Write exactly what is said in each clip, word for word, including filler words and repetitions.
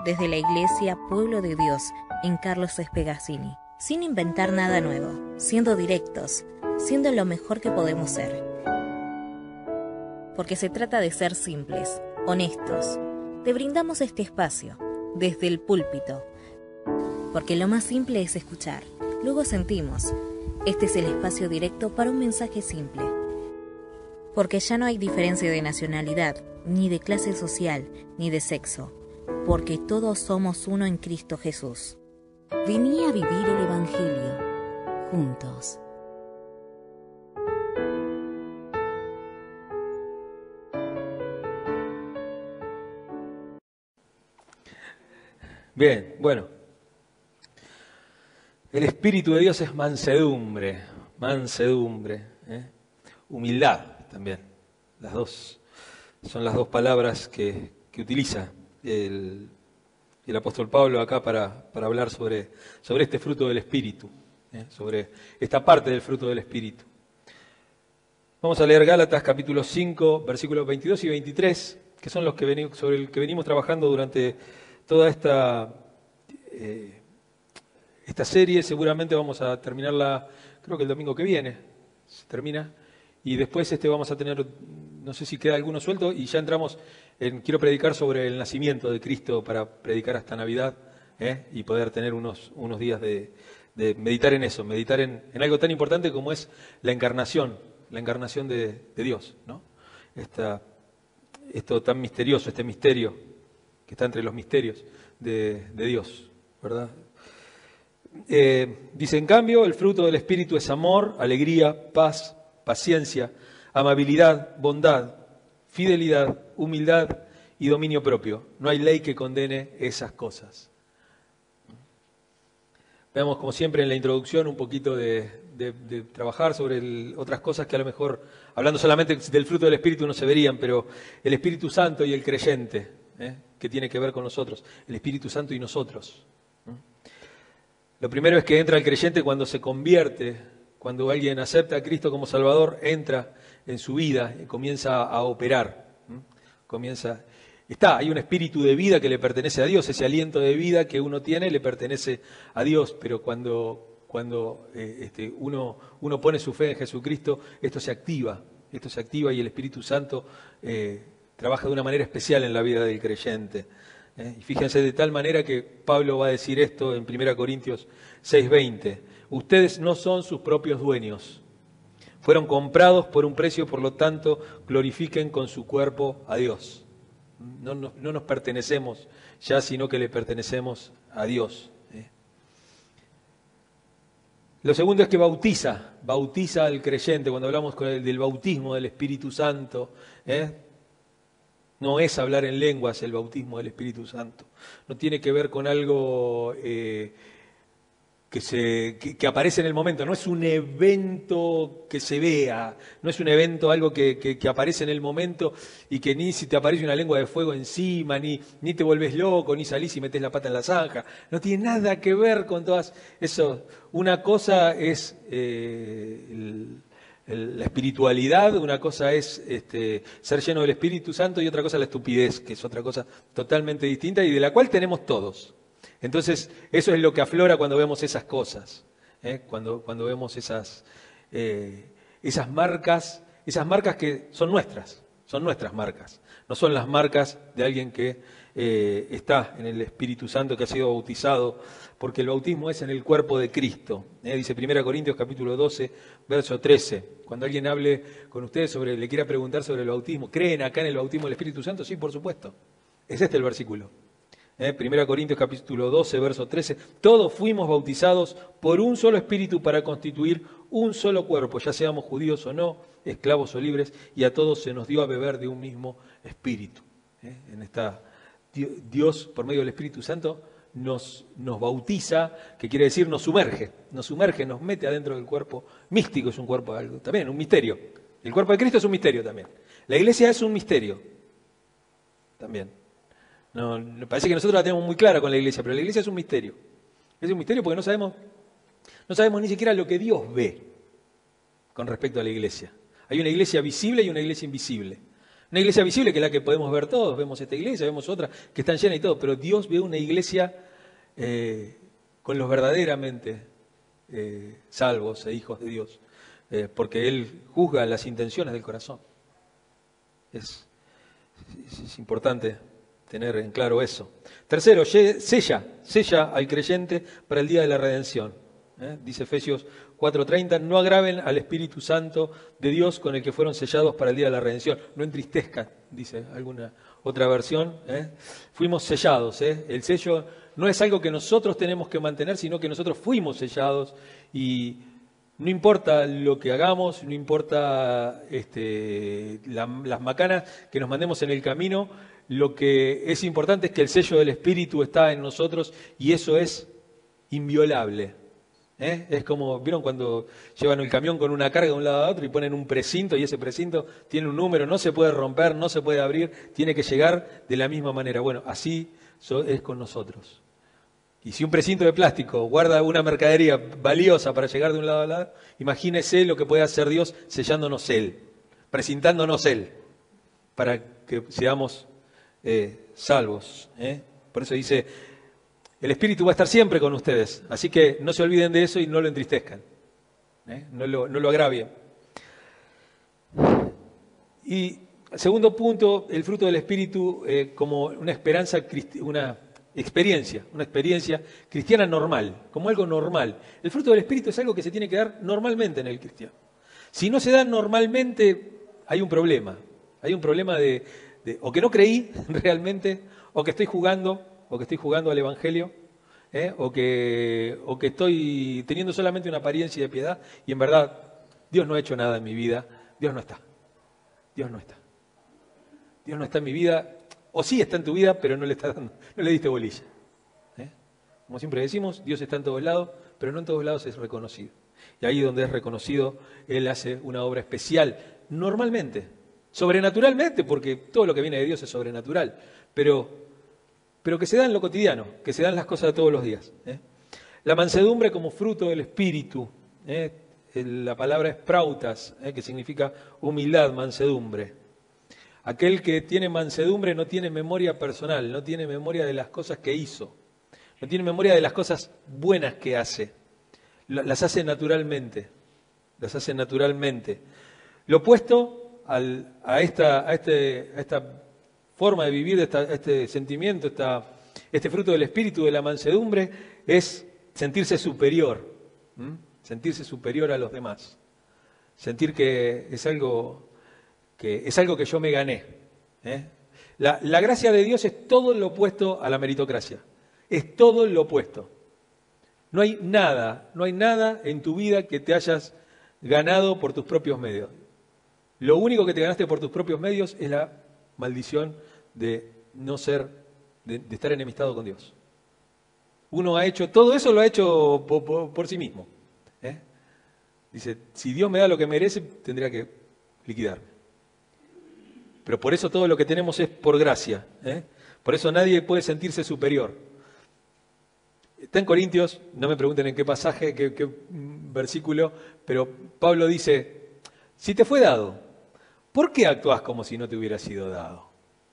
desde la Iglesia Pueblo de Dios en Carlos Espegazzini, sin inventar nada nuevo, siendo directos, siendo lo mejor que podemos ser. Porque se trata de ser simples, honestos. Te brindamos este espacio, desde el púlpito, porque lo más simple es escuchar, luego sentimos. Este es el espacio directo para un mensaje simple. Porque ya no hay diferencia de nacionalidad, ni de clase social, ni de sexo, porque todos somos uno en Cristo Jesús. Vení a vivir el Evangelio, juntos. Bien, bueno. El Espíritu de Dios es mansedumbre, mansedumbre, ¿eh? Humildad también. Las dos son las dos palabras que, que utiliza el, el apóstol Pablo acá para, para hablar sobre, sobre este fruto del Espíritu, ¿eh? Sobre esta parte del fruto del Espíritu. Vamos a leer Gálatas capítulo cinco, versículos veintidós y veintitrés, que son los que venimos, sobre el que venimos trabajando durante toda esta, eh, esta serie. Seguramente vamos a terminarla, creo que el domingo que viene se termina, y después este vamos a tener, no sé si queda alguno suelto, y ya entramos en, quiero predicar sobre el nacimiento de Cristo para predicar hasta Navidad, ¿eh? Y poder tener unos, unos días de, de meditar en eso, meditar en, en algo tan importante como es la encarnación, la encarnación de, de Dios, ¿no? Esta, esto tan misterioso, este misterio que está entre los misterios de, de Dios, ¿verdad? Eh, dice, en cambio, el fruto del Espíritu es amor, alegría, paz, paciencia, amabilidad, bondad, fidelidad, humildad y dominio propio. No hay ley que condene esas cosas. Veamos, como siempre, en la introducción un poquito de, de, de trabajar sobre el, otras cosas que a lo mejor, hablando solamente del fruto del Espíritu, no se verían, pero el Espíritu Santo y el creyente, ¿eh? Que tiene que ver con nosotros, el Espíritu Santo y nosotros. Lo primero es que entra el creyente cuando se convierte. Cuando alguien acepta a Cristo como Salvador, entra en su vida y comienza a operar. Comienza, está, hay un espíritu de vida que le pertenece a Dios, ese aliento de vida que uno tiene le pertenece a Dios, pero cuando, cuando eh, este, uno, uno pone su fe en Jesucristo, esto se activa, esto se activa y el Espíritu Santo eh, trabaja de una manera especial en la vida del creyente. ¿eh? Y fíjense, de tal manera que Pablo va a decir esto en primera Corintios seis veinte. Ustedes no son sus propios dueños. Fueron comprados por un precio, por lo tanto, glorifiquen con su cuerpo a Dios. No, no, no nos pertenecemos ya, sino que le pertenecemos a Dios. ¿eh? Lo segundo es que bautiza, bautiza al creyente. Cuando hablamos con el, del bautismo del Espíritu Santo, ¿eh? no es hablar en lenguas el bautismo del Espíritu Santo. No tiene que ver con algo Eh, Que, se, que, que aparece en el momento, no es un evento que se vea, no es un evento, algo que, que, que aparece en el momento y que ni si te aparece una lengua de fuego encima, ni, ni te vuelves loco, ni salís y metes la pata en la zanja, no tiene nada que ver con todas eso. Una cosa es eh, el, el, la espiritualidad, una cosa es este, ser lleno del Espíritu Santo y otra cosa la estupidez, que es otra cosa totalmente distinta y de la cual tenemos todos. Entonces, eso es lo que aflora cuando vemos esas cosas, ¿eh? cuando, cuando vemos esas, eh, esas marcas, esas marcas que son nuestras, son nuestras marcas, no son las marcas de alguien que eh, está en el Espíritu Santo, que ha sido bautizado, porque el bautismo es en el cuerpo de Cristo. ¿eh? Dice primera Corintios capítulo doce, verso trece. Cuando alguien hable con ustedes sobre, le quiera preguntar sobre el bautismo, ¿creen acá en el bautismo del Espíritu Santo? Sí, por supuesto. Es este el versículo. Eh, primera Corintios capítulo doce, verso trece, todos fuimos bautizados por un solo espíritu para constituir un solo cuerpo, ya seamos judíos o no, esclavos o libres, y a todos se nos dio a beber de un mismo espíritu. Eh, en esta, Dios, por medio del Espíritu Santo, nos, nos bautiza, que quiere decir nos sumerge, nos sumerge, nos mete adentro del cuerpo místico, es un cuerpo algo, también un misterio. El cuerpo de Cristo es un misterio también. La iglesia es un misterio también. No, parece que nosotros la tenemos muy clara con la iglesia, pero la iglesia es un misterio. Es un misterio porque no sabemos, no sabemos ni siquiera lo que Dios ve con respecto a la iglesia. Hay una iglesia visible y una iglesia invisible. Una iglesia visible que es la que podemos ver todos, vemos esta iglesia, vemos otra que están llenas y todo, pero Dios ve una iglesia eh, con los verdaderamente eh, salvos e hijos de Dios, eh, porque Él juzga las intenciones del corazón. Es, es, es importante tener en claro eso. Tercero, sella, sella al creyente para el día de la redención. ¿Eh? Dice Efesios cuatro treinta, no agraven al Espíritu Santo de Dios con el que fueron sellados para el día de la redención. No entristezcan, dice alguna otra versión. ¿eh? Fuimos sellados. ¿eh? El sello no es algo que nosotros tenemos que mantener, sino que nosotros fuimos sellados y no importa lo que hagamos, no importa este, la, las macanas que nos mandemos en el camino, lo que es importante es que el sello del Espíritu está en nosotros y eso es inviolable. ¿Eh? Es como, ¿vieron cuando llevan el camión con una carga de un lado a otro y ponen un precinto y ese precinto tiene un número, no se puede romper, no se puede abrir, tiene que llegar de la misma manera? Bueno, así es con nosotros. Y si un precinto de plástico guarda una mercadería valiosa para llegar de un lado a lado, imagínese lo que puede hacer Dios sellándonos Él, precintándonos Él, para que seamos eh, salvos. ¿eh? Por eso dice, el Espíritu va a estar siempre con ustedes, así que no se olviden de eso y no lo entristezcan, ¿eh? no, lo, no lo agravien. Y segundo punto, el fruto del Espíritu eh, como una esperanza, una experiencia, una experiencia cristiana normal, como algo normal. El fruto del Espíritu es algo que se tiene que dar normalmente en el cristiano. Si no se da normalmente, hay un problema, hay un problema de, de o que no creí realmente, o que estoy jugando, o que estoy jugando al Evangelio, ¿eh? o, que, o que estoy teniendo solamente una apariencia de piedad, y en verdad Dios no ha hecho nada en mi vida, Dios no está, Dios no está. Dios no está en mi vida, o sí está en tu vida, pero no le, está dando, no le diste bolilla. ¿eh? Como siempre decimos, Dios está en todos lados, pero no en todos lados es reconocido. Y ahí donde es reconocido, Él hace una obra especial, normalmente, sobrenaturalmente, porque todo lo que viene de Dios es sobrenatural, pero... pero que se da en lo cotidiano, que se dan las cosas de todos los días. ¿eh? La mansedumbre como fruto del Espíritu, ¿eh? la palabra es prautas, ¿eh? que significa humildad, mansedumbre. Aquel que tiene mansedumbre no tiene memoria personal, no tiene memoria de las cosas que hizo, no tiene memoria de las cosas buenas que hace, las hace naturalmente, las hace naturalmente. Lo opuesto al, a, esta, a, este, a esta forma de vivir, esta, este sentimiento, esta, este fruto del Espíritu de la mansedumbre, es sentirse superior, ¿m? sentirse superior a los demás, sentir que es algo que, es algo que yo me gané. ¿eh? La, la gracia de Dios es todo lo opuesto a la meritocracia, es todo lo opuesto. No hay nada, no hay nada en tu vida que te hayas ganado por tus propios medios. Lo único que te ganaste por tus propios medios es la maldición de no ser, de, de estar enemistado con Dios. Uno ha hecho, todo eso lo ha hecho por, por, por sí mismo. ¿eh? Dice, si Dios me da lo que merece, tendría que liquidarme. Pero por eso todo lo que tenemos es por gracia. ¿eh? Por eso nadie puede sentirse superior. Está en Corintios, no me pregunten en qué pasaje, qué, qué versículo, pero Pablo dice, si te fue dado, ¿por qué actúas como si no te hubiera sido dado?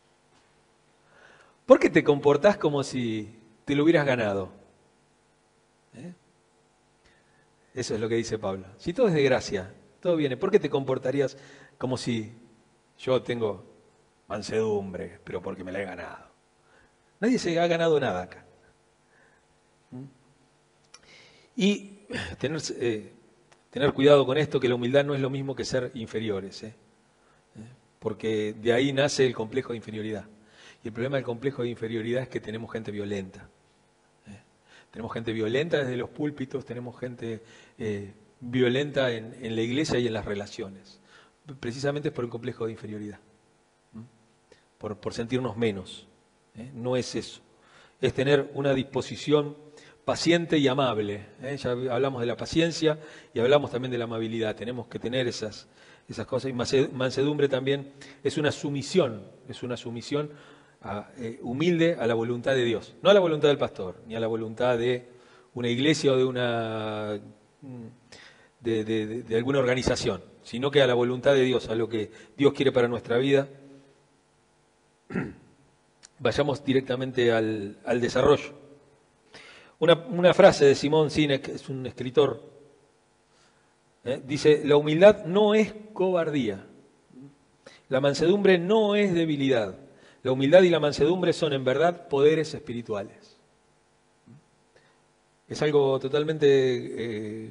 ¿Por qué te comportás como si te lo hubieras ganado? ¿Eh? Eso es lo que dice Pablo. Si todo es de gracia, todo viene, ¿por qué te comportarías como si yo tengo mansedumbre, pero porque me la he ganado? Nadie se ha ganado nada acá. ¿Mm? Y tener, eh, tener cuidado con esto, que la humildad no es lo mismo que ser inferiores, ¿eh? porque de ahí nace el complejo de inferioridad. Y el problema del complejo de inferioridad es que tenemos gente violenta. ¿eh? Tenemos gente violenta desde los púlpitos, tenemos gente eh, violenta en, en la iglesia y en las relaciones. Precisamente es por el complejo de inferioridad. ¿eh? Por, por sentirnos menos. ¿eh? No es eso. Es tener una disposición paciente y amable. ¿eh? Ya hablamos de la paciencia y hablamos también de la amabilidad. Tenemos que tener esas... esas cosas, y mansedumbre también es una sumisión, es una sumisión a, eh, humilde a la voluntad de Dios, no a la voluntad del pastor, ni a la voluntad de una iglesia o de una de, de, de, de alguna organización, sino que a la voluntad de Dios, a lo que Dios quiere para nuestra vida, vayamos directamente al, al desarrollo. Una, una frase de Simón Sinek, es un escritor, ¿eh? Dice: la humildad no es cobardía, la mansedumbre no es debilidad, la humildad y la mansedumbre son en verdad poderes espirituales. Es algo totalmente eh,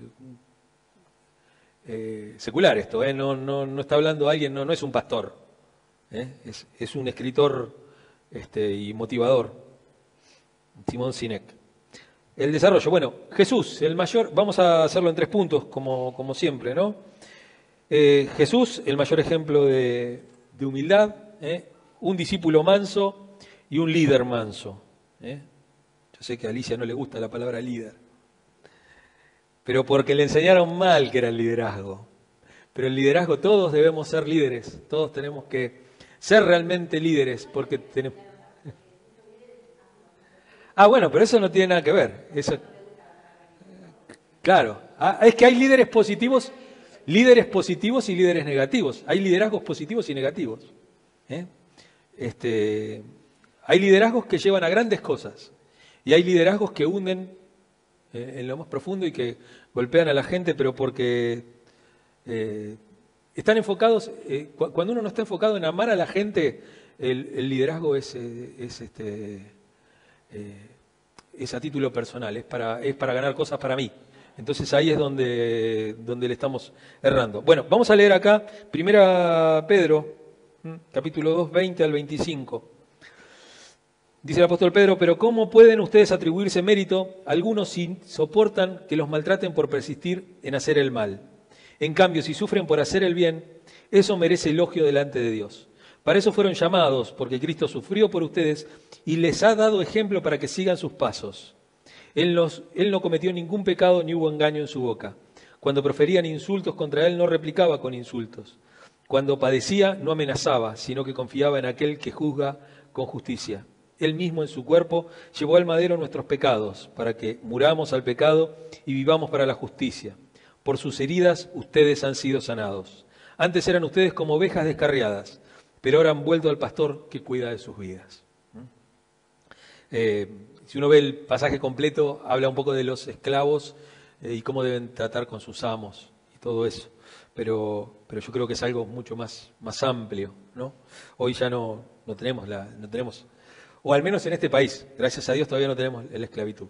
eh, secular esto, ¿eh? no, no, no está hablando alguien, no, no es un pastor, ¿eh? es, es un escritor este, y motivador, Simón Sinek. El desarrollo, bueno, Jesús, el mayor, vamos a hacerlo en tres puntos, como, como siempre, ¿no? Eh, Jesús, el mayor ejemplo de, de humildad, ¿eh? Un discípulo manso y un líder manso, ¿eh? Yo sé que a Alicia no le gusta la palabra líder, pero porque le enseñaron mal que era el liderazgo. Pero el liderazgo, todos debemos ser líderes, todos tenemos que ser realmente líderes, porque tenemos... Ah, bueno, pero eso no tiene nada que ver. Eso... Claro, ah, es que hay líderes positivos, líderes positivos y líderes negativos. Hay liderazgos positivos y negativos. ¿eh? Este, hay liderazgos que llevan a grandes cosas y hay liderazgos que hunden eh, en lo más profundo y que golpean a la gente, pero porque eh, están enfocados. Eh, cu cuando uno no está enfocado en amar a la gente, el, el liderazgo es, eh, es este. Eh, es a título personal, es para, es para ganar cosas para mí. Entonces ahí es donde, donde le estamos errando. Bueno, vamos a leer acá, Primera Pedro, capítulo dos, veinte al veinticinco. Dice el apóstol Pedro: pero ¿cómo pueden ustedes atribuirse mérito algunos si soportan que los maltraten por persistir en hacer el mal? En cambio, si sufren por hacer el bien, eso merece elogio delante de Dios. Para eso fueron llamados, porque Cristo sufrió por ustedes y les ha dado ejemplo para que sigan sus pasos. Él, los, él no cometió ningún pecado ni hubo engaño en su boca. Cuando proferían insultos contra él, no replicaba con insultos. Cuando padecía, no amenazaba, sino que confiaba en aquel que juzga con justicia. Él mismo en su cuerpo llevó al madero nuestros pecados, para que muramos al pecado y vivamos para la justicia. Por sus heridas ustedes han sido sanados. Antes eran ustedes como ovejas descarriadas, pero ahora han vuelto al pastor que cuida de sus vidas. Eh, si uno ve el pasaje completo, habla un poco de los esclavos eh, y cómo deben tratar con sus amos y todo eso. Pero, pero yo creo que es algo mucho más, más amplio, ¿no? Hoy ya no, no tenemos la, no tenemos, o al menos en este país, gracias a Dios todavía no tenemos la esclavitud.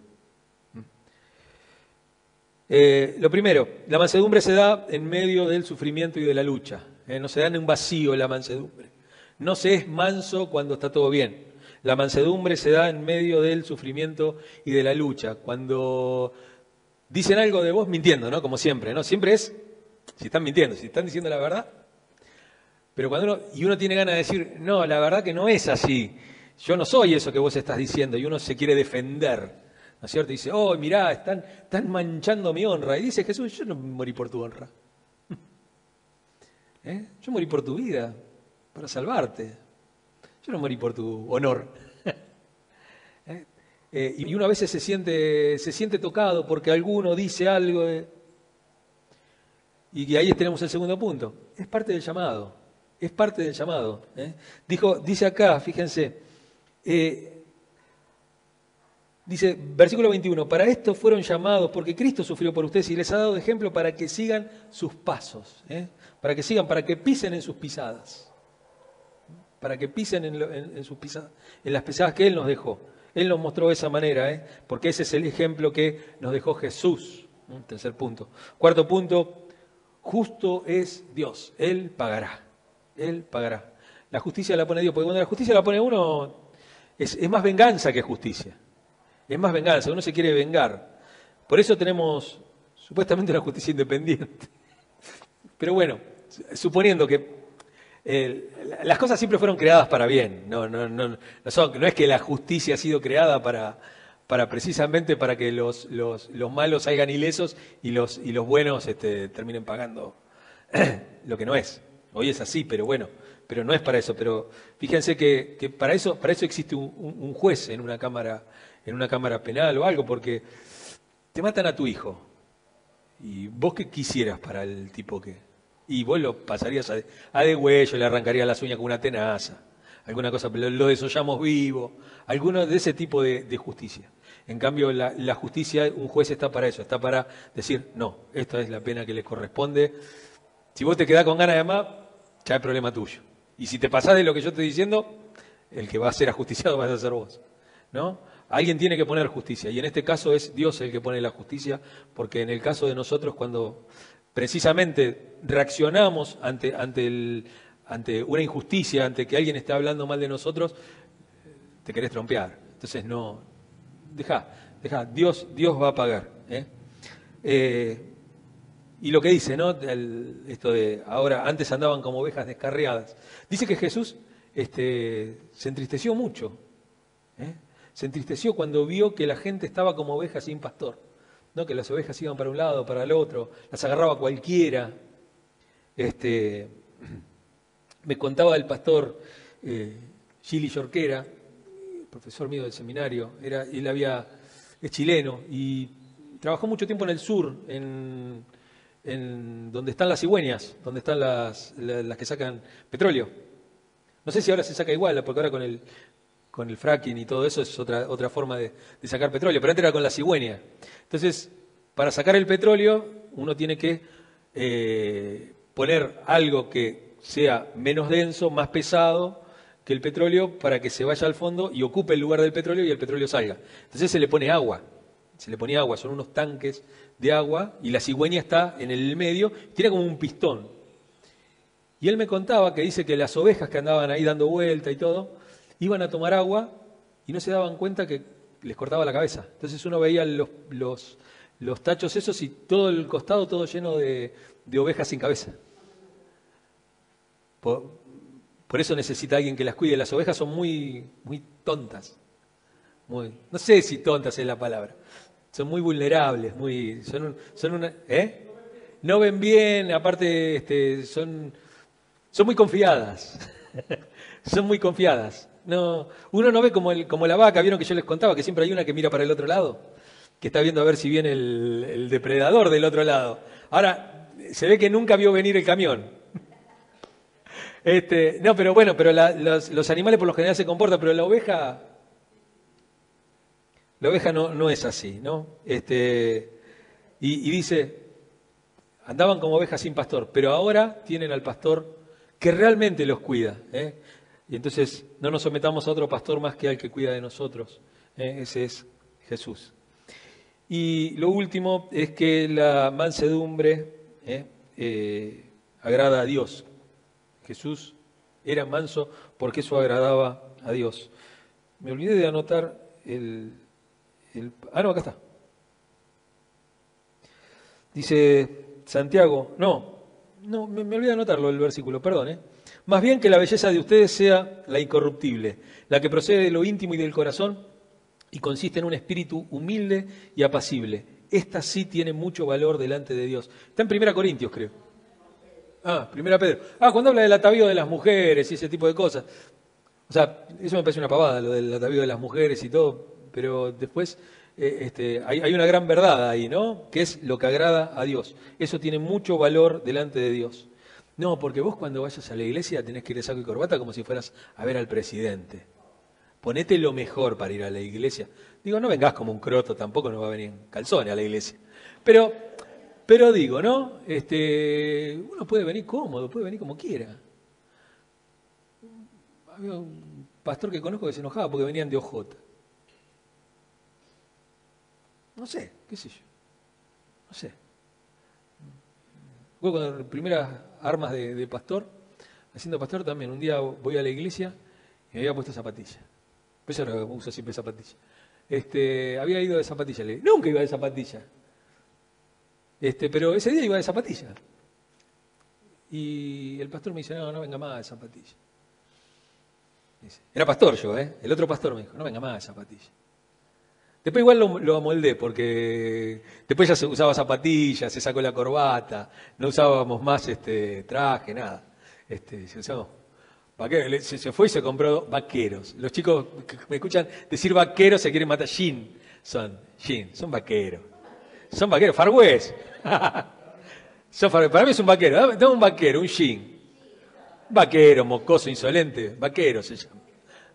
Eh, lo primero, la mansedumbre se da en medio del sufrimiento y de la lucha. Eh, no se da en un vacío la mansedumbre. No se es manso cuando está todo bien. La mansedumbre se da en medio del sufrimiento y de la lucha. Cuando dicen algo de vos mintiendo, ¿no? Como siempre, ¿no? Siempre es, si están mintiendo, si están diciendo la verdad. Pero cuando uno, y uno tiene ganas de decir, no, la verdad que no es así. Yo no soy eso que vos estás diciendo. Y uno se quiere defender, ¿no es cierto? Y dice, oh, mirá, están, están manchando mi honra. Y dice Jesús, yo no morí por tu honra. ¿Eh? Yo morí por tu vida, para salvarte. Yo no morí por tu honor. ¿Eh? Eh, y uno a veces se siente, se siente tocado porque alguno dice algo. De... Y ahí tenemos el segundo punto. Es parte del llamado. Es parte del llamado. ¿eh? Dijo, dice acá, fíjense, eh, dice, versículo veintiuno, para esto fueron llamados porque Cristo sufrió por ustedes y les ha dado ejemplo para que sigan sus pasos. ¿eh? Para que sigan, para que pisen en sus pisadas. Para que pisen en, lo, en, en sus pisadas, en las pisadas que Él nos dejó. Él nos mostró de esa manera, ¿eh? porque ese es el ejemplo que nos dejó Jesús. ¿eh? Tercer punto. Cuarto punto, justo es Dios. Él pagará. Él pagará. La justicia la pone Dios, porque cuando la justicia la pone uno, es, es más venganza que justicia. Es más venganza, uno se quiere vengar. Por eso tenemos supuestamente una justicia independiente. Pero bueno, suponiendo que Eh, las cosas siempre fueron creadas para bien, no, no, no, no, son, no es que la justicia ha sido creada para, para precisamente para que los, los, los malos salgan ilesos y los, y los buenos este, terminen pagando lo que no es. Hoy es así, pero bueno, pero no es para eso. Pero fíjense que, que para eso, para eso existe un, un, un juez en una cámara, en una cámara penal o algo, porque te matan a tu hijo y vos qué quisieras para el tipo que... Y vos lo pasarías a, a degüello, le arrancarías las uñas con una tenaza. alguna cosa, lo, lo desollamos vivo, alguno de ese tipo de, de justicia. En cambio, la, la justicia, un juez está para eso, está para decir, no, esta es la pena que le corresponde. Si vos te quedás con ganas de más, ya es problema tuyo. Y si te pasás de lo que yo estoy diciendo, el que va a ser ajusticiado vas a ser vos, ¿no? Alguien tiene que poner justicia, y en este caso es Dios el que pone la justicia, porque en el caso de nosotros, cuando precisamente reaccionamos ante, ante, el, ante una injusticia, ante que alguien esté hablando mal de nosotros, te querés trompear. Entonces no, dejá, dejá, Dios, Dios va a pagar, ¿eh? Eh, y lo que dice, ¿no? El, esto de ahora, antes andaban como ovejas descarriadas. Dice que Jesús este, se entristeció mucho, ¿eh? Se entristeció cuando vio que la gente estaba como ovejas sin pastor, ¿no? Que las ovejas iban para un lado, para el otro, las agarraba cualquiera. Este, me contaba el pastor eh, Gili Yorquera, profesor mío del seminario, era, él había, es chileno y trabajó mucho tiempo en el sur, en, en donde están las cigüeñas, donde están las, las, las que sacan petróleo. No sé si ahora se saca igual, porque ahora con el, con el fracking y todo eso es otra, otra forma de, de sacar petróleo, pero antes era con la cigüeña. Entonces, para sacar el petróleo, uno tiene que eh, poner algo que sea menos denso, más pesado que el petróleo, para que se vaya al fondo y ocupe el lugar del petróleo y el petróleo salga. Entonces se le pone agua, se le ponía agua, son unos tanques de agua, y la cigüeña está en el medio, tiene como un pistón. Y él me contaba que dice que las ovejas que andaban ahí dando vuelta y todo, iban a tomar agua y no se daban cuenta que les cortaba la cabeza. Entonces uno veía los, los, los tachos esos y todo el costado todo lleno de, de ovejas sin cabeza. Por, por eso necesita alguien que las cuide. Las ovejas son muy, muy tontas. Muy, no sé si tontas es la palabra. Son muy vulnerables, muy, son, son una, ¿eh? No ven bien, aparte este, son, son muy confiadas. Son muy confiadas. No, uno no ve como, el, como la vaca, vieron que yo les contaba que siempre hay una que mira para el otro lado, que está viendo a ver si viene el, el depredador del otro lado. Ahora, se ve que nunca vio venir el camión. Este, no, pero bueno, pero la, los, los animales por lo general se comportan, pero la oveja, la oveja no, no es así, ¿no? Este, y, y dice, andaban como ovejas sin pastor, pero ahora tienen al pastor que realmente los cuida, ¿eh? Y entonces no nos sometamos a otro pastor más que al que cuida de nosotros, ¿eh? Ese es Jesús. Y lo último es que la mansedumbre ¿eh? Eh, agrada a Dios. Jesús era manso porque eso agradaba a Dios. Me olvidé de anotar el... el ah, no, acá está. Dice Santiago, no, no, me, me olvidé de anotarlo el versículo, perdón, ¿eh? Más bien que la belleza de ustedes sea la incorruptible, la que procede de lo íntimo y del corazón y consiste en un espíritu humilde y apacible. Esta sí tiene mucho valor delante de Dios. Está en Primera Corintios, creo. Ah, Primera Pedro. Ah, cuando habla del atavío de las mujeres y ese tipo de cosas. O sea, eso me parece una pavada, lo del atavío de las mujeres y todo, pero después eh, este, hay, hay una gran verdad ahí, ¿no? Que es lo que agrada a Dios. Eso tiene mucho valor delante de Dios. No, porque vos cuando vayas a la iglesia tenés que ir de saco y corbata como si fueras a ver al presidente. Ponete lo mejor para ir a la iglesia. Digo, no vengás como un croto, tampoco no va a venir en calzones a la iglesia. Pero, pero digo, ¿no? Este, uno puede venir cómodo, puede venir como quiera. Había un pastor que conozco que se enojaba porque venían de ojota. No sé, qué sé yo. No sé. Luego con las primeras armas de, de pastor, haciendo pastor también, un día voy a la iglesia y me había puesto zapatilla. Por eso no uso siempre zapatilla. Este, había ido de zapatilla, le dije, nunca iba de zapatilla. Este, pero ese día iba de zapatilla. Y el pastor me dice, no, no venga más de zapatilla. Dice, era pastor yo, ¿eh? El otro pastor me dijo, no venga más de zapatilla. Después igual lo, lo amoldé, porque después ya se usaba zapatillas, se sacó la corbata, no usábamos más este traje, nada. Este, se usaba vaqueros, se, se fue y se compró vaqueros. Los chicos que me escuchan decir vaqueros se quieren matar. Jean, son, jean, son vaqueros. Son vaqueros, Far West. Son far, para mí es un vaquero, dame, dame un vaquero, un jean. Vaquero, mocoso, insolente, vaquero se llama.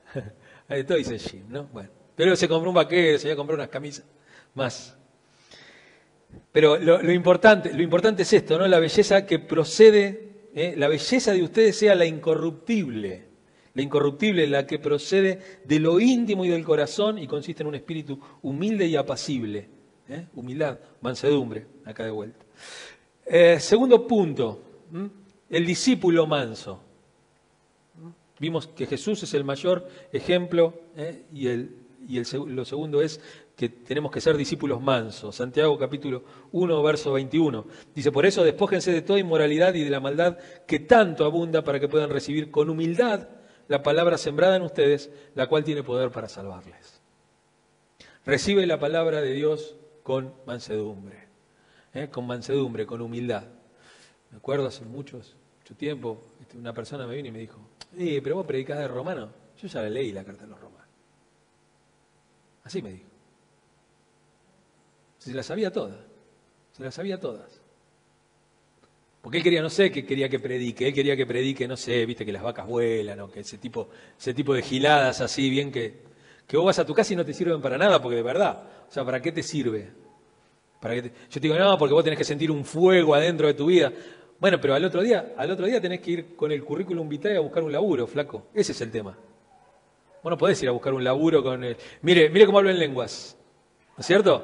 Todo dice Jim, ¿no? Bueno, pero se compró un vaquero, se iba a comprar unas camisas más. Pero lo, lo importante, lo importante es esto, ¿no? La belleza que procede, ¿eh? La belleza de ustedes sea la incorruptible, la incorruptible, la que procede de lo íntimo y del corazón y consiste en un espíritu humilde y apacible, ¿eh? Humildad, mansedumbre, acá de vuelta. Eh, segundo punto, ¿m? El discípulo manso. Vimos que Jesús es el mayor ejemplo, ¿eh? y, el, y el, lo segundo es que tenemos que ser discípulos mansos. Santiago capítulo uno, verso veintiuno. Dice, por eso despójense de toda inmoralidad y de la maldad que tanto abunda para que puedan recibir con humildad la palabra sembrada en ustedes, la cual tiene poder para salvarles. Recibe la palabra de Dios con mansedumbre, ¿eh? con mansedumbre, con humildad. Me acuerdo hace muchos, mucho tiempo, una persona me vino y me dijo, eh, pero vos predicás de Romano. Yo ya la leí la carta de los Romanos. Así me dijo. Se las sabía todas, se las sabía todas. Porque él quería, no sé, que quería que predique, él quería que predique, no sé, viste, que las vacas vuelan, o que ese tipo, ese tipo de giladas así, bien que, que vos vas a tu casa y no te sirven para nada, porque de verdad, o sea, ¿para qué te sirve? ¿Para qué te... Yo te digo, no, porque vos tenés que sentir un fuego adentro de tu vida. Bueno, pero al otro día, al otro día tenés que ir con el currículum vitae a buscar un laburo, flaco. Ese es el tema. Vos no podés ir a buscar un laburo con el... Mire, mire cómo hablo en lenguas, ¿no es cierto?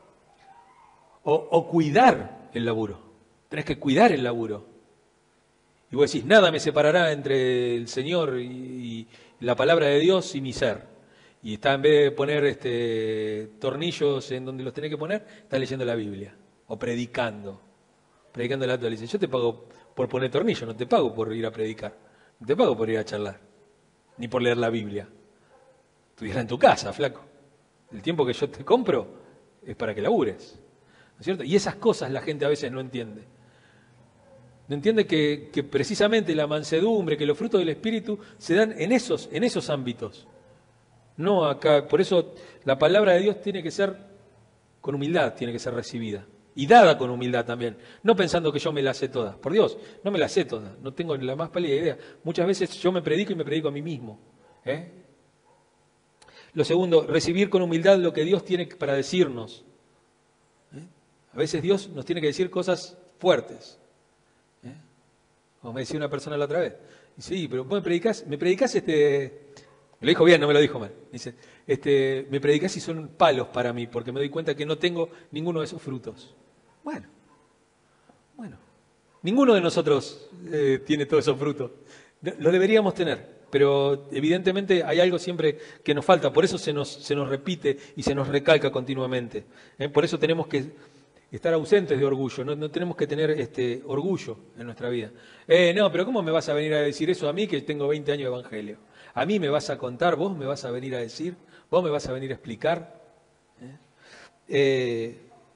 O, o cuidar el laburo. Tenés que cuidar el laburo. Y vos decís, nada me separará entre el Señor y, y la palabra de Dios y mi ser. Y está, en vez de poner este, tornillos en donde los tenés que poner, está leyendo la Biblia. O predicando. Predicando la actualización. Yo te pago por poner tornillos, no te pago por ir a predicar. No te pago por ir a charlar. Ni por leer la Biblia. Estuviera en tu casa, flaco. El tiempo que yo te compro es para que labures. ¿No es cierto? Y esas cosas la gente a veces no entiende. No entiende que, que precisamente la mansedumbre, que los frutos del Espíritu se dan en esos, en esos ámbitos. No acá. Por eso la palabra de Dios tiene que ser con humildad, tiene que ser recibida. Y dada con humildad también. No pensando que yo me la sé todas. Por Dios, no me la sé todas. No tengo ni la más pálida idea. Muchas veces yo me predico y me predico a mí mismo. ¿eh? Lo segundo, recibir con humildad lo que Dios tiene para decirnos. ¿eh? A veces Dios nos tiene que decir cosas fuertes. ¿eh? Como me decía una persona la otra vez. Dice, sí, pero vos me predicás, me predicás este... Me lo dijo bien, no me lo dijo mal. Dice, este, me predicás y son palos para mí, porque me doy cuenta que no tengo ninguno de esos frutos. Bueno, bueno. Ninguno de nosotros eh, tiene todos esos frutos. Lo deberíamos tener, pero evidentemente hay algo siempre que nos falta. Por eso se nos, se nos repite y se nos recalca continuamente. ¿eh? Por eso tenemos que estar ausentes de orgullo. No, no tenemos que tener este, orgullo en nuestra vida. Eh, no, pero ¿cómo me vas a venir a decir eso a mí que tengo veinte años de evangelio? A mí me vas a contar, vos me vas a venir a decir, vos me vas a venir a explicar. ¿eh? Eh,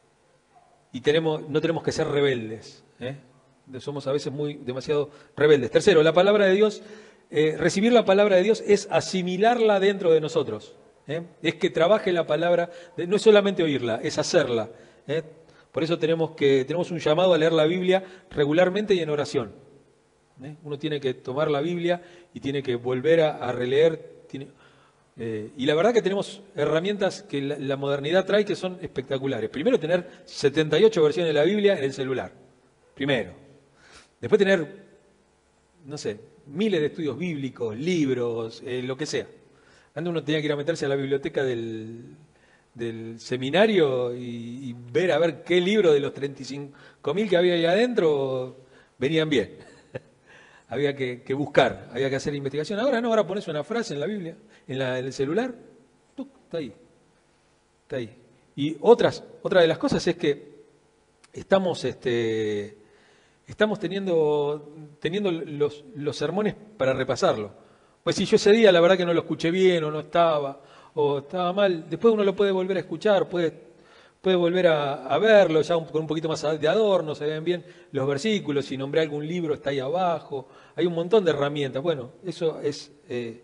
y tenemos, no tenemos que ser rebeldes. ¿eh? Somos a veces muy demasiado rebeldes. Tercero, la palabra de Dios, eh, recibir la palabra de Dios es asimilarla dentro de nosotros. ¿eh? Es que trabaje la palabra, de, no es solamente oírla, es hacerla. ¿eh? Por eso tenemos, que, tenemos un llamado a leer la Biblia regularmente y en oración. ¿Eh? Uno tiene que tomar la Biblia y tiene que volver a, a releer. Tiene, eh, y la verdad que tenemos herramientas que la, la modernidad trae que son espectaculares. Primero, tener setenta y ocho versiones de la Biblia en el celular. Primero. Después tener, no sé, miles de estudios bíblicos, libros, eh, lo que sea. Antes uno tenía que ir a meterse a la biblioteca del, del seminario y, y ver a ver qué libro de los treinta y cinco mil que había ahí adentro venían bien. Había que, que buscar, había que hacer investigación. Ahora no, ahora pones una frase en la Biblia, en, la, en el celular, ¡tuc! Está ahí, está ahí. Y otras, otra de las cosas es que estamos, este, estamos teniendo, teniendo los, los sermones para repasarlo. Pues si yo ese día la verdad que no lo escuché bien o no estaba, o estaba mal, después uno lo puede volver a escuchar, puede... Puede volver a, a verlo ya un, con un poquito más de adorno, se ven bien los versículos, si nombré algún libro está ahí abajo, hay un montón de herramientas. Bueno, eso es eh,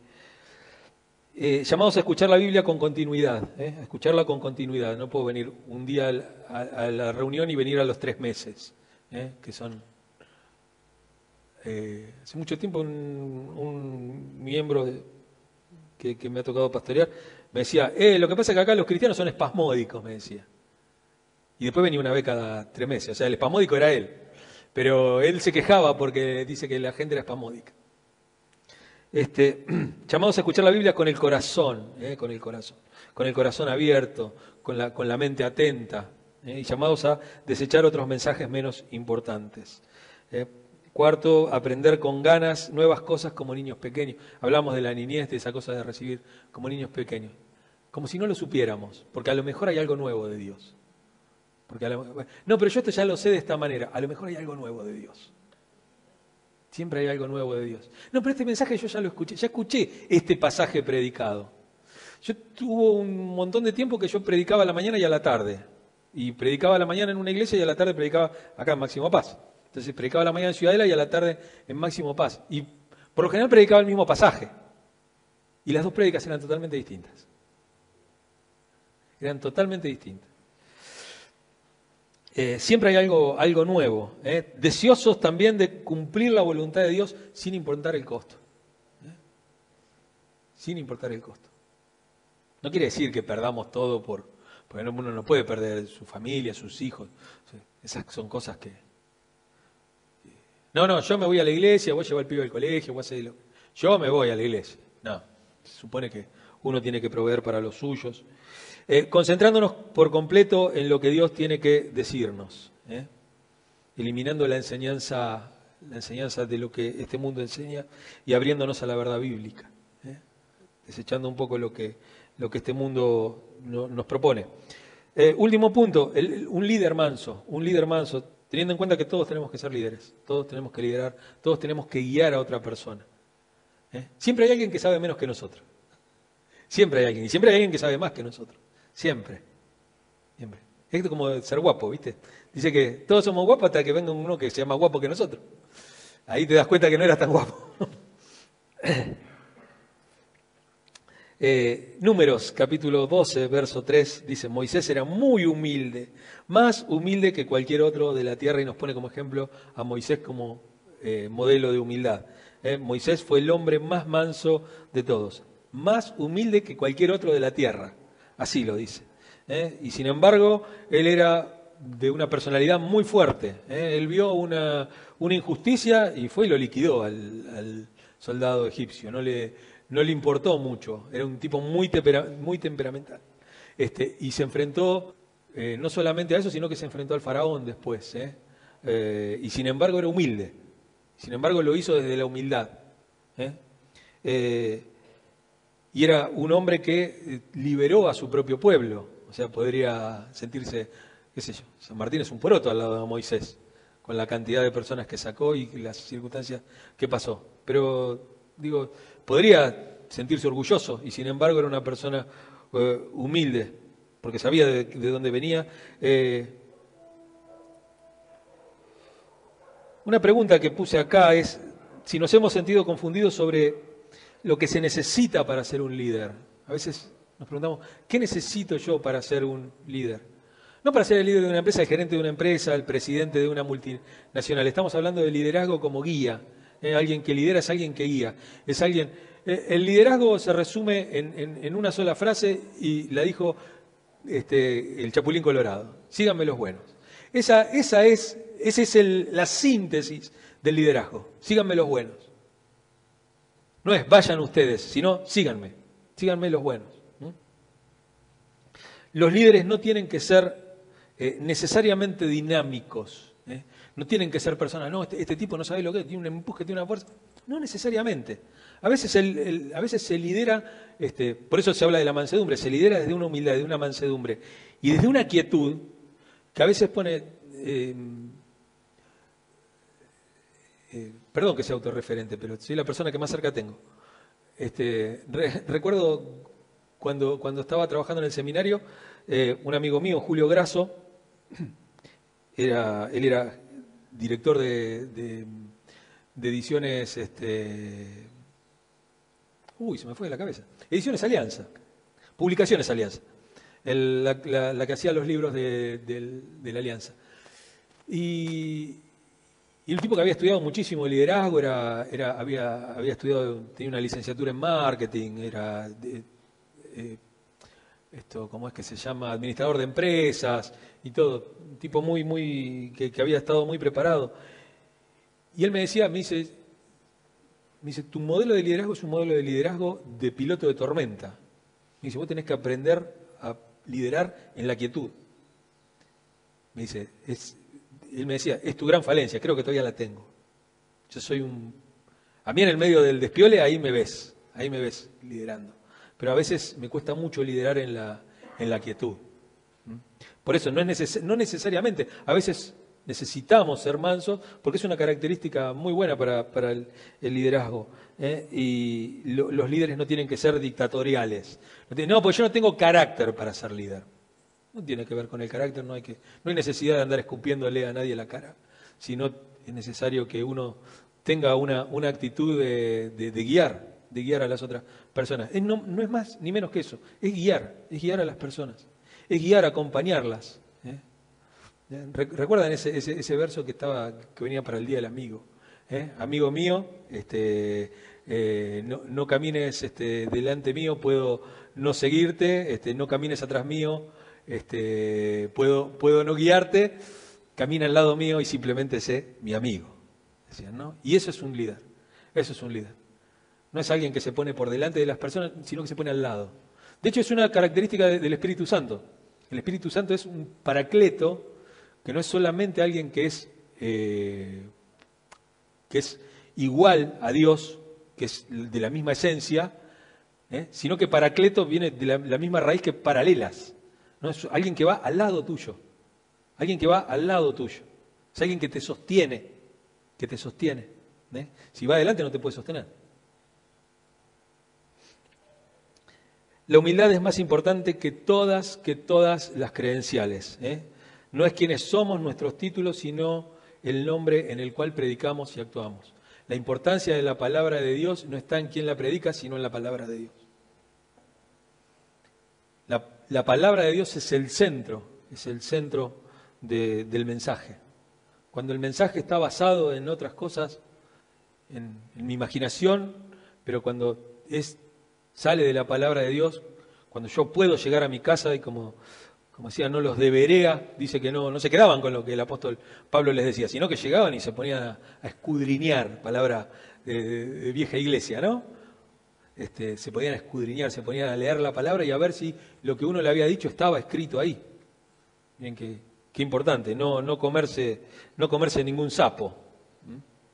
eh, llamados a escuchar la Biblia con continuidad, ¿eh? a escucharla con continuidad. No puedo venir un día a, a la reunión y venir a los tres meses, ¿eh? que son... Eh, hace mucho tiempo un, un miembro de, que, que me ha tocado pastorear, me decía, eh, lo que pasa es que acá los cristianos son espasmódicos, me decía. Y después venía una vez cada tres meses, o sea, el espasmódico era él. Pero él se quejaba porque dice que la gente era espasmódica. Este, llamados a escuchar la Biblia con el corazón, eh, con el corazón, con el corazón abierto, con la, con la mente atenta, eh, y llamados a desechar otros mensajes menos importantes. Eh, cuarto, aprender con ganas nuevas cosas como niños pequeños. Hablamos de la niñez, de esa cosa de recibir como niños pequeños, como si no lo supiéramos, porque a lo mejor hay algo nuevo de Dios. Porque a lo, no, pero yo esto ya lo sé de esta manera, a lo mejor hay algo nuevo de Dios. Siempre hay algo nuevo de Dios. No, pero este mensaje yo ya lo escuché, ya escuché este pasaje predicado. Yo tuve un montón de tiempo que yo predicaba a la mañana y a la tarde. Y predicaba a la mañana en una iglesia y a la tarde predicaba acá en Máximo Paz. Entonces predicaba a la mañana en Ciudadela y a la tarde en Máximo Paz. Y por lo general predicaba el mismo pasaje. Y las dos prédicas eran totalmente distintas. Eran totalmente distintas. Eh, siempre hay algo, algo nuevo, ¿eh? Deseosos también de cumplir la voluntad de Dios sin importar el costo. ¿eh? Sin importar el costo. No quiere decir que perdamos todo por... Porque uno no puede perder su familia, sus hijos. Esas son cosas que... No, no, yo me voy a la iglesia, voy a llevar al pibe al colegio, voy a hacer lo... Yo me voy a la iglesia. No, se supone que uno tiene que proveer para los suyos. Eh, concentrándonos por completo en lo que Dios tiene que decirnos, ¿eh? eliminando la enseñanza, la enseñanza de lo que este mundo enseña y abriéndonos a la verdad bíblica, ¿eh? desechando un poco lo que, lo que este mundo no, nos propone. Eh, último punto, el, un líder manso, un líder manso, teniendo en cuenta que todos tenemos que ser líderes, todos tenemos que liderar, todos tenemos que guiar a otra persona. ¿eh? Siempre hay alguien que sabe menos que nosotros, siempre hay alguien, y siempre hay alguien que sabe más que nosotros. Siempre, siempre. Es como ser guapo, ¿viste? Dice que todos somos guapos hasta que venga uno que sea más guapo que nosotros. Ahí te das cuenta que no eras tan guapo. eh, Números, capítulo doce, verso tres, dice, Moisés era muy humilde, más humilde que cualquier otro de la tierra, y nos pone como ejemplo a Moisés como eh, modelo de humildad. Eh, Moisés fue el hombre más manso de todos, más humilde que cualquier otro de la tierra. Así lo dice. ¿eh? Y sin embargo, él era de una personalidad muy fuerte. ¿eh? Él vio una, una injusticia y fue y lo liquidó al, al soldado egipcio. No le, no le importó mucho. Era un tipo muy, tempera, muy temperamental. Este, y se enfrentó eh, no solamente a eso, sino que se enfrentó al faraón después. ¿eh? Eh, y sin embargo era humilde. Sin embargo lo hizo desde la humildad. ¿eh? Eh, Y era un hombre que liberó a su propio pueblo. O sea, podría sentirse, qué sé yo, San Martín es un poroto al lado de Moisés, con la cantidad de personas que sacó y las circunstancias que pasó. Pero, digo, podría sentirse orgulloso y sin embargo era una persona eh, humilde, porque sabía de, de dónde venía. Eh, una pregunta que puse acá es si nos hemos sentido confundidos sobre lo que se necesita para ser un líder. A veces nos preguntamos, ¿qué necesito yo para ser un líder? No para ser el líder de una empresa, el gerente de una empresa, el presidente de una multinacional. Estamos hablando de liderazgo como guía. ¿eh? Alguien que lidera es alguien que guía. Es alguien. Eh, el liderazgo se resume en, en, en una sola frase y la dijo este, el Chapulín Colorado. Síganme los buenos. Esa, esa es, esa es el, la síntesis del liderazgo. Síganme los buenos. No es vayan ustedes, sino síganme, síganme los buenos. ¿Mm? Los líderes no tienen que ser eh, necesariamente dinámicos, ¿eh? no tienen que ser personas, no, este, este tipo no sabe lo que es, tiene un empuje, tiene una fuerza. No necesariamente. A veces, el, el, a veces se lidera, este, por eso se habla de la mansedumbre, se lidera desde una humildad, desde una mansedumbre y desde una quietud que a veces pone... Eh, Eh, perdón que sea autorreferente, pero soy la persona que más cerca tengo. Este, re, recuerdo cuando, cuando estaba trabajando en el seminario, eh, un amigo mío, Julio Grasso, era, él era director de, de, de ediciones, este, uy, se me fue de la cabeza, Ediciones Alianza, Publicaciones Alianza, el, la, la, la que hacía los libros de, de, de la Alianza. Y... y el tipo que había estudiado muchísimo liderazgo, era, era, había, había estudiado, tenía una licenciatura en marketing, era de, eh, esto, ¿cómo es que se llama? Administrador de empresas y todo, un tipo muy, muy, que, que había estado muy preparado. Y él me decía, me dice, me dice, tu modelo de liderazgo es un modelo de liderazgo de piloto de tormenta. Me dice, vos tenés que aprender a liderar en la quietud. Me dice, es, él me decía, es tu gran falencia, creo que todavía la tengo. Yo soy un... A mí en el medio del despiole, ahí me ves, ahí me ves liderando. Pero a veces me cuesta mucho liderar en la, en la quietud. Por eso no es neces- no necesariamente, a veces necesitamos ser mansos, porque es una característica muy buena para, para el, el liderazgo. ¿eh? Y lo, los líderes no tienen que ser dictatoriales. No, tienen, no, porque yo no tengo carácter para ser líder. No tiene que ver con el carácter, no hay, que, no hay necesidad de andar escupiéndole a nadie la cara, sino es necesario que uno tenga una, una actitud de, de, de guiar, de guiar a las otras personas. Es no, no es más ni menos que eso, es guiar, es guiar a las personas, es guiar, acompañarlas. ¿eh? ¿Recuerdan ese, ese, ese verso que estaba que venía para el Día del Amigo? ¿eh? Amigo mío, este, eh, no, no camines este, delante mío, puedo no seguirte, este, no camines atrás mío, este, puedo, puedo no guiarte, camina al lado mío y simplemente sé mi amigo. Decían, ¿no? Y eso es un líder, eso es un líder. No es alguien que se pone por delante de las personas, sino que se pone al lado. De hecho, es una característica de, del Espíritu Santo. El Espíritu Santo es un paracleto, que no es solamente alguien que es, eh, que es igual a Dios, que es de la misma esencia, ¿eh? sino que paracleto viene de la, la misma raíz que paralelas. ¿no? Es alguien que va al lado tuyo, alguien que va al lado tuyo. Es alguien que te sostiene, que te sostiene. ¿eh? Si va adelante no te puede sostener. La humildad es más importante que todas, que todas las credenciales. ¿eh? No es quienes somos nuestros títulos, sino el nombre en el cual predicamos y actuamos. La importancia de la palabra de Dios no está en quien la predica, sino en la palabra de Dios. La, la palabra de Dios es el centro, es el centro de, del mensaje. Cuando el mensaje está basado en otras cosas, en, en mi imaginación, pero cuando es, sale de la palabra de Dios, cuando yo puedo llegar a mi casa y como... como decía, no los de Berea, dice que no, no se quedaban con lo que el apóstol Pablo les decía, sino que llegaban y se ponían a, a escudriñar, palabra de, de, de vieja iglesia, ¿no? Este, se podían a escudriñar, se ponían a leer la palabra y a ver si lo que uno le había dicho estaba escrito ahí. Miren qué, qué importante, no, no, comerse, no comerse ningún sapo. ¿Mm?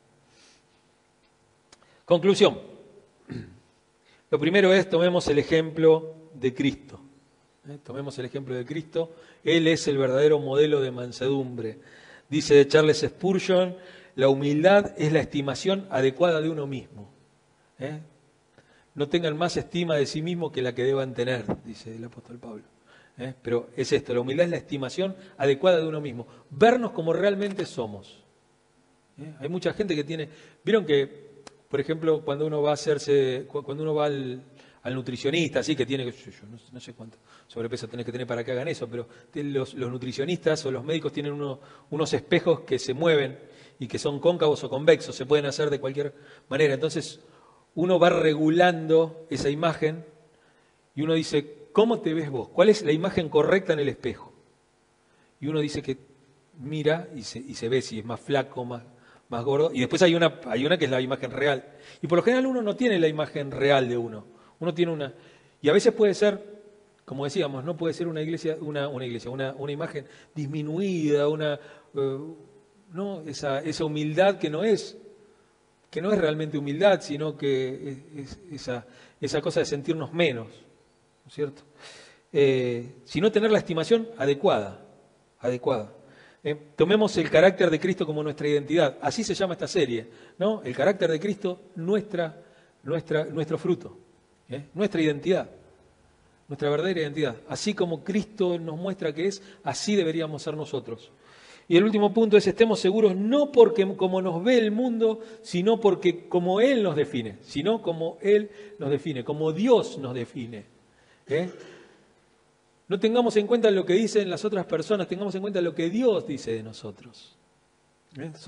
Conclusión. Lo primero es, tomemos el ejemplo de Cristo. ¿Eh? Tomemos el ejemplo de Cristo. Él es el verdadero modelo de mansedumbre. Dice de Charles Spurgeon, la humildad es la estimación adecuada de uno mismo. ¿Eh? No tengan más estima de sí mismo que la que deban tener, dice el apóstol Pablo. ¿Eh? Pero es esto, la humildad es la estimación adecuada de uno mismo. Vernos como realmente somos. ¿Eh? Hay mucha gente que tiene... Vieron que, por ejemplo, cuando uno va a hacerse, cuando uno va al... al nutricionista, así que tiene, yo, yo no, no sé cuánto sobrepeso tenés que tener para que hagan eso, pero los, los nutricionistas o los médicos tienen uno, unos espejos que se mueven y que son cóncavos o convexos, se pueden hacer de cualquier manera. Entonces uno va regulando esa imagen y uno dice, ¿cómo te ves vos? ¿Cuál es la imagen correcta en el espejo? Y uno dice que mira y se, y se ve si es más flaco, más, más gordo, y después hay una, hay una que es la imagen real. Y por lo general uno no tiene la imagen real de uno. Uno tiene una, y a veces puede ser, como decíamos, no puede ser una iglesia, una, una iglesia, una, una imagen disminuida, una, uh, no, esa, esa humildad que no es, que no es realmente humildad, sino que es, es esa, esa cosa de sentirnos menos, ¿no es cierto? Eh, sino tener la estimación adecuada, adecuada. Eh, tomemos el carácter de Cristo como nuestra identidad, así se llama esta serie, ¿no? El carácter de Cristo, nuestra, nuestra, nuestro fruto. ¿Eh? Nuestra identidad, nuestra verdadera identidad. Así como Cristo nos muestra que es, así deberíamos ser nosotros. Y el último punto es, estemos seguros no porque como nos ve el mundo, sino porque como Él nos define, sino como Él nos define, como Dios nos define. ¿Eh? No tengamos en cuenta lo que dicen las otras personas, tengamos en cuenta lo que Dios dice de nosotros. ¿Eh? Soy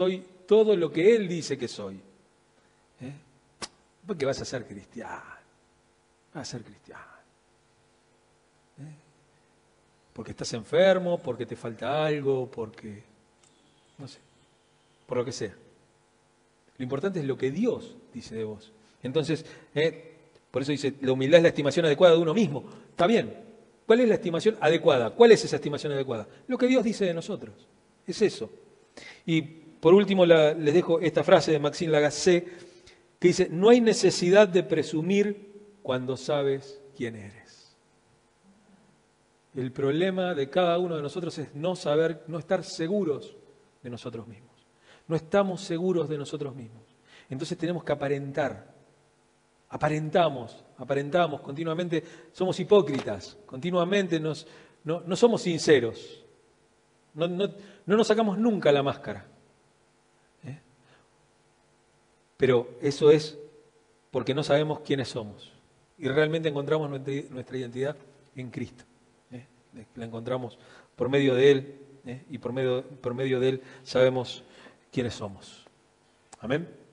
todo lo que Él dice que soy. ¿Eh? Porque vas a ser cristiano. Vas a ser cristiano. ¿Eh? Porque estás enfermo, porque te falta algo, porque... no sé, por lo que sea. Lo importante es lo que Dios dice de vos. Entonces, eh, por eso dice, la humildad es la estimación adecuada de uno mismo. Está bien. ¿Cuál es la estimación adecuada? ¿Cuál es esa estimación adecuada? Lo que Dios dice de nosotros. Es eso. Y por último la, les dejo esta frase de Maxime Lagacé, que dice, no hay necesidad de presumir cuando sabes quién eres. El problema de cada uno de nosotros es no saber, no estar seguros de nosotros mismos. No estamos seguros de nosotros mismos. Entonces tenemos que aparentar. Aparentamos, aparentamos continuamente, somos hipócritas, continuamente nos, no, no somos sinceros, no, no, no nos sacamos nunca la máscara. ¿Eh? Pero eso es porque no sabemos quiénes somos y realmente encontramos nuestra, nuestra identidad en Cristo. ¿Eh? La encontramos por medio de Él ¿eh? y por medio, por medio de Él sabemos quiénes somos. Amén.